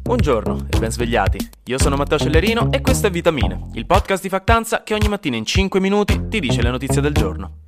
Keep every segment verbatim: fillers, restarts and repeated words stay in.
Buongiorno e ben svegliati. Io sono Matteo Cellerino e questo è Vitamine, il podcast di Factanza che ogni mattina in cinque minuti ti dice le notizie del giorno.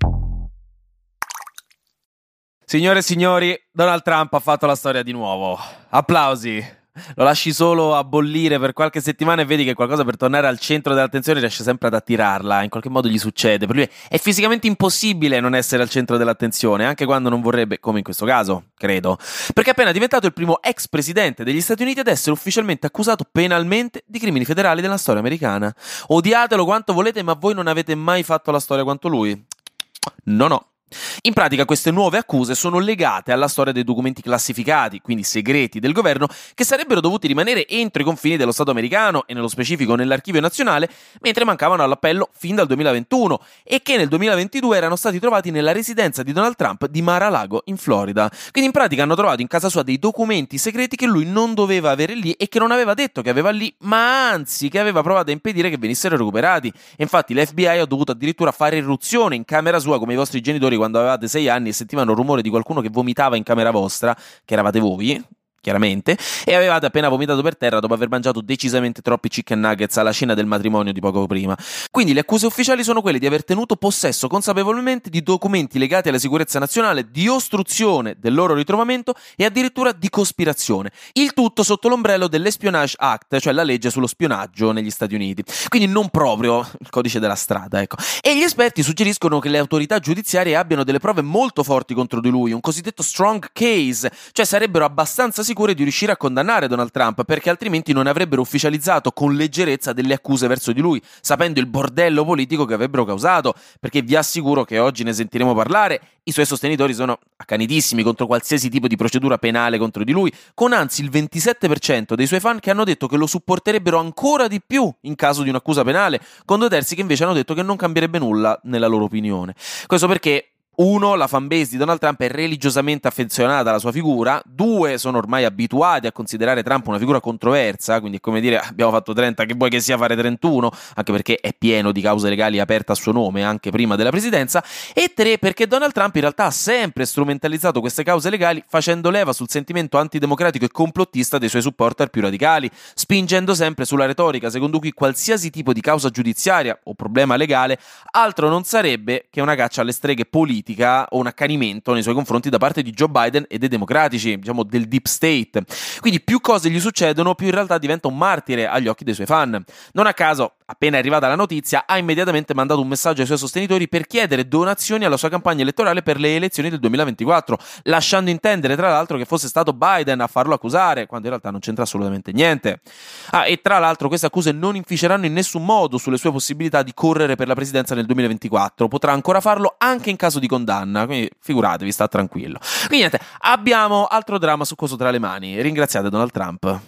Signore e signori, Donald Trump ha fatto la storia di nuovo. Applausi. Lo lasci solo a bollire per qualche settimana e vedi che qualcosa per tornare al centro dell'attenzione riesce sempre ad attirarla, in qualche modo gli succede. Per lui è fisicamente impossibile non essere al centro dell'attenzione, anche quando non vorrebbe, come in questo caso, credo. Perché è appena diventato il primo ex presidente degli Stati Uniti ad essere ufficialmente accusato penalmente di crimini federali della storia americana. Odiatelo quanto volete, ma voi non avete mai fatto la storia quanto lui. No, no. In pratica queste nuove accuse sono legate alla storia dei documenti classificati, quindi segreti del governo, che sarebbero dovuti rimanere entro i confini dello Stato americano e nello specifico nell'archivio nazionale, mentre mancavano all'appello fin dal duemilaventuno e che nel duemilaventidue erano stati trovati nella residenza di Donald Trump di Mar-a-Lago in Florida. Quindi in pratica hanno trovato in casa sua dei documenti segreti che lui non doveva avere lì e che non aveva detto che aveva lì, ma anzi che aveva provato a impedire che venissero recuperati. E infatti l'F B I ha dovuto addirittura fare irruzione in camera sua come i vostri genitori quando avevate sei anni e sentivano il rumore di qualcuno che vomitava in camera vostra, che eravate voi, chiaramente, e avevate appena vomitato per terra dopo aver mangiato decisamente troppi chicken nuggets alla cena del matrimonio di poco prima. Quindi le accuse ufficiali sono quelle di aver tenuto possesso consapevolmente di documenti legati alla sicurezza nazionale, di ostruzione del loro ritrovamento e addirittura di cospirazione. Il tutto sotto l'ombrello dell'Espionage Act, cioè la legge sullo spionaggio negli Stati Uniti. Quindi non proprio il codice della strada, ecco. E gli esperti suggeriscono che le autorità giudiziarie abbiano delle prove molto forti contro di lui, un cosiddetto strong case, cioè sarebbero abbastanza sicure di riuscire a condannare Donald Trump, perché altrimenti non avrebbero ufficializzato con leggerezza delle accuse verso di lui, sapendo il bordello politico che avrebbero causato, perché vi assicuro che oggi ne sentiremo parlare. I suoi sostenitori sono accanitissimi contro qualsiasi tipo di procedura penale contro di lui, con anzi il ventisette per cento dei suoi fan che hanno detto che lo supporterebbero ancora di più in caso di un'accusa penale, con due terzi che invece hanno detto che non cambierebbe nulla nella loro opinione. Questo perché uno, la fanbase di Donald Trump è religiosamente affezionata alla sua figura. Due, sono ormai abituati a considerare Trump una figura controversa, quindi è come dire abbiamo fatto trenta, che vuoi che sia fare trentuno, anche perché è pieno di cause legali aperte a suo nome anche prima della presidenza. E tre, perché Donald Trump in realtà ha sempre strumentalizzato queste cause legali facendo leva sul sentimento antidemocratico e complottista dei suoi supporter più radicali, spingendo sempre sulla retorica secondo cui qualsiasi tipo di causa giudiziaria o problema legale altro non sarebbe che una caccia alle streghe politiche o un accanimento nei suoi confronti da parte di Joe Biden e dei democratici, diciamo del deep state. Quindi più cose gli succedono, più in realtà diventa un martire agli occhi dei suoi fan. Non a caso, appena è arrivata la notizia, ha immediatamente mandato un messaggio ai suoi sostenitori per chiedere donazioni alla sua campagna elettorale per le elezioni del duemilaventiquattro, lasciando intendere tra l'altro che fosse stato Biden a farlo accusare, quando in realtà non c'entra assolutamente niente. Ah, e tra l'altro queste accuse non inficeranno in nessun modo sulle sue possibilità di correre per la presidenza nel duemilaventiquattro, potrà ancora farlo anche in caso di condanna, quindi figuratevi, sta tranquillo. Quindi niente, abbiamo altro dramma succoso tra le mani, ringraziate Donald Trump.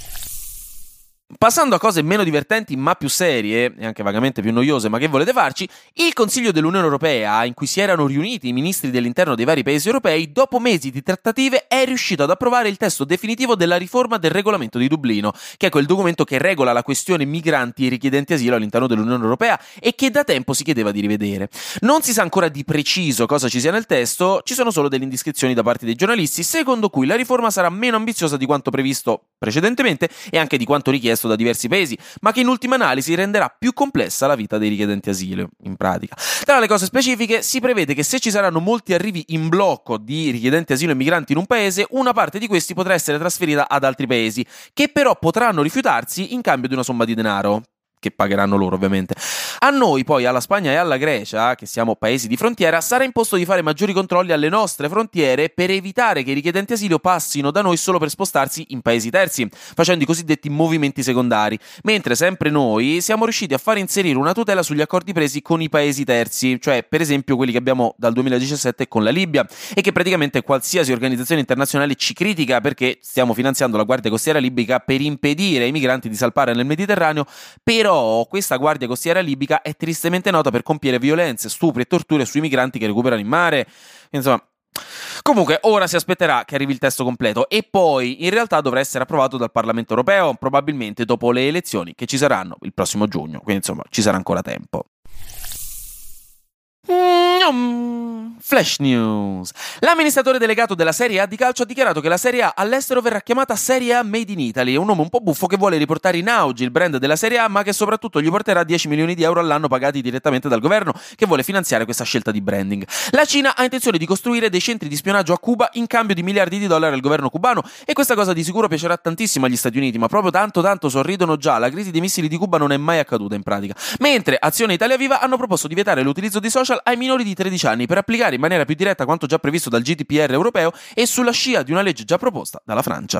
Passando a cose meno divertenti ma più serie e anche vagamente più noiose, ma che volete farci, il Consiglio dell'Unione Europea, in cui si erano riuniti i ministri dell'interno dei vari paesi europei, dopo mesi di trattative è riuscito ad approvare il testo definitivo della riforma del regolamento di Dublino, che è quel documento che regola la questione migranti e richiedenti asilo all'interno dell'Unione Europea e che da tempo si chiedeva di rivedere. Non si sa ancora di preciso cosa ci sia nel testo, ci sono solo delle indiscrezioni da parte dei giornalisti, secondo cui la riforma sarà meno ambiziosa di quanto previsto precedentemente e anche di quanto richiesto da diversi paesi, ma che in ultima analisi renderà più complessa la vita dei richiedenti asilo, in pratica. Tra le cose specifiche si prevede che se ci saranno molti arrivi in blocco di richiedenti asilo e migranti in un paese, una parte di questi potrà essere trasferita ad altri paesi, che però potranno rifiutarsi in cambio di una somma di denaro, che pagheranno loro ovviamente. A noi poi, alla Spagna e alla Grecia, che siamo paesi di frontiera, sarà imposto di fare maggiori controlli alle nostre frontiere per evitare che i richiedenti asilo passino da noi solo per spostarsi in paesi terzi, facendo i cosiddetti movimenti secondari, mentre sempre noi siamo riusciti a far inserire una tutela sugli accordi presi con i paesi terzi, cioè per esempio quelli che abbiamo dal duemiladiciassette con la Libia, e che praticamente qualsiasi organizzazione internazionale ci critica perché stiamo finanziando la Guardia Costiera libica per impedire ai migranti di salpare nel Mediterraneo. Però questa Guardia Costiera libica è tristemente nota per compiere violenze, stupri e torture sui migranti che recuperano in mare. Insomma, comunque ora si aspetterà che arrivi il testo completo e poi in realtà dovrà essere approvato dal Parlamento europeo, probabilmente dopo le elezioni che ci saranno il prossimo giugno, quindi insomma ci sarà ancora tempo. Mm-hmm. Flash News. L'amministratore delegato della Serie A di calcio ha dichiarato che la Serie A all'estero verrà chiamata Serie A Made in Italy, un nome un po' buffo che vuole riportare in auge il brand della Serie A, ma che soprattutto gli porterà dieci milioni di euro all'anno pagati direttamente dal governo, che vuole finanziare questa scelta di branding. La Cina ha intenzione di costruire dei centri di spionaggio a Cuba in cambio di miliardi di dollari al governo cubano, e questa cosa di sicuro piacerà tantissimo agli Stati Uniti, ma proprio tanto tanto sorridono già, la crisi dei missili di Cuba non è mai accaduta in pratica. Mentre Azione Italia Viva hanno proposto di vietare l'utilizzo di social ai minori di tredici anni per applicare in maniera più diretta quanto già previsto dal G D P R europeo e sulla scia di una legge già proposta dalla Francia.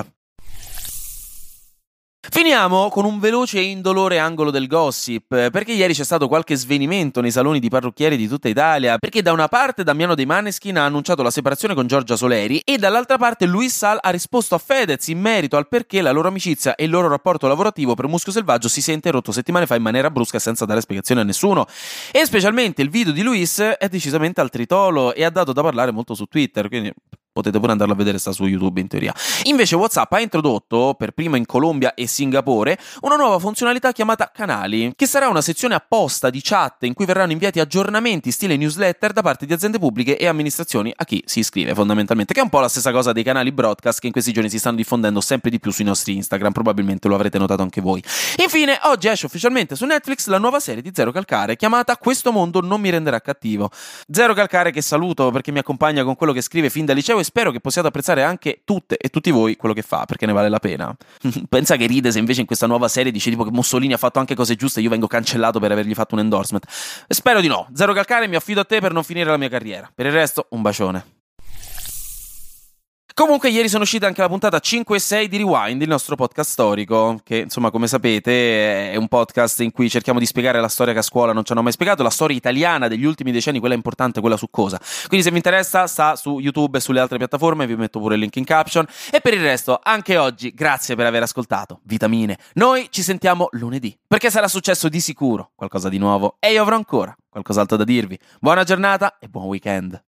Finiamo con un veloce e indolore angolo del gossip, perché ieri c'è stato qualche svenimento nei saloni di parrucchieri di tutta Italia, perché da una parte Damiano dei Maneskin ha annunciato la separazione con Giorgia Soleri e dall'altra parte Luis Sal ha risposto a Fedez in merito al perché la loro amicizia e il loro rapporto lavorativo per Muschio Selvaggio si sia interrotto settimane fa in maniera brusca e senza dare spiegazioni a nessuno. E specialmente il video di Luis è decisamente al tritolo e ha dato da parlare molto su Twitter, quindi potete pure andarlo a vedere, sta su YouTube in teoria. Invece WhatsApp ha introdotto, per prima in Colombia e Singapore, una nuova funzionalità chiamata Canali, che sarà una sezione apposta di chat in cui verranno inviati aggiornamenti stile newsletter da parte di aziende pubbliche e amministrazioni a chi si iscrive, fondamentalmente, che è un po' la stessa cosa dei canali broadcast che in questi giorni si stanno diffondendo sempre di più sui nostri Instagram, probabilmente lo avrete notato anche voi. Infine, oggi esce ufficialmente su Netflix la nuova serie di Zero Calcare chiamata Questo mondo non mi renderà cattivo. Zero Calcare, che saluto perché mi accompagna con quello che scrive fin da liceo, e spero che possiate apprezzare anche tutte e tutti voi quello che fa, perché ne vale la pena. Pensa che ride se invece in questa nuova serie dice tipo che Mussolini ha fatto anche cose giuste e io vengo cancellato per avergli fatto un endorsement. Spero di no. Zero Calcare, mi affido a te per non finire la mia carriera. Per il resto, un bacione. Comunque ieri sono uscite anche la puntata cinque e sei di Rewind, il nostro podcast storico, che insomma come sapete è un podcast in cui cerchiamo di spiegare la storia che a scuola non ci hanno mai spiegato, la storia italiana degli ultimi decenni, quella importante, quella su cosa. Quindi se vi interessa sta su YouTube e sulle altre piattaforme, vi metto pure il link in caption. E per il resto, anche oggi, grazie per aver ascoltato Vitamine. Noi ci sentiamo lunedì, perché sarà successo di sicuro qualcosa di nuovo e io avrò ancora qualcos'altro da dirvi. Buona giornata e buon weekend.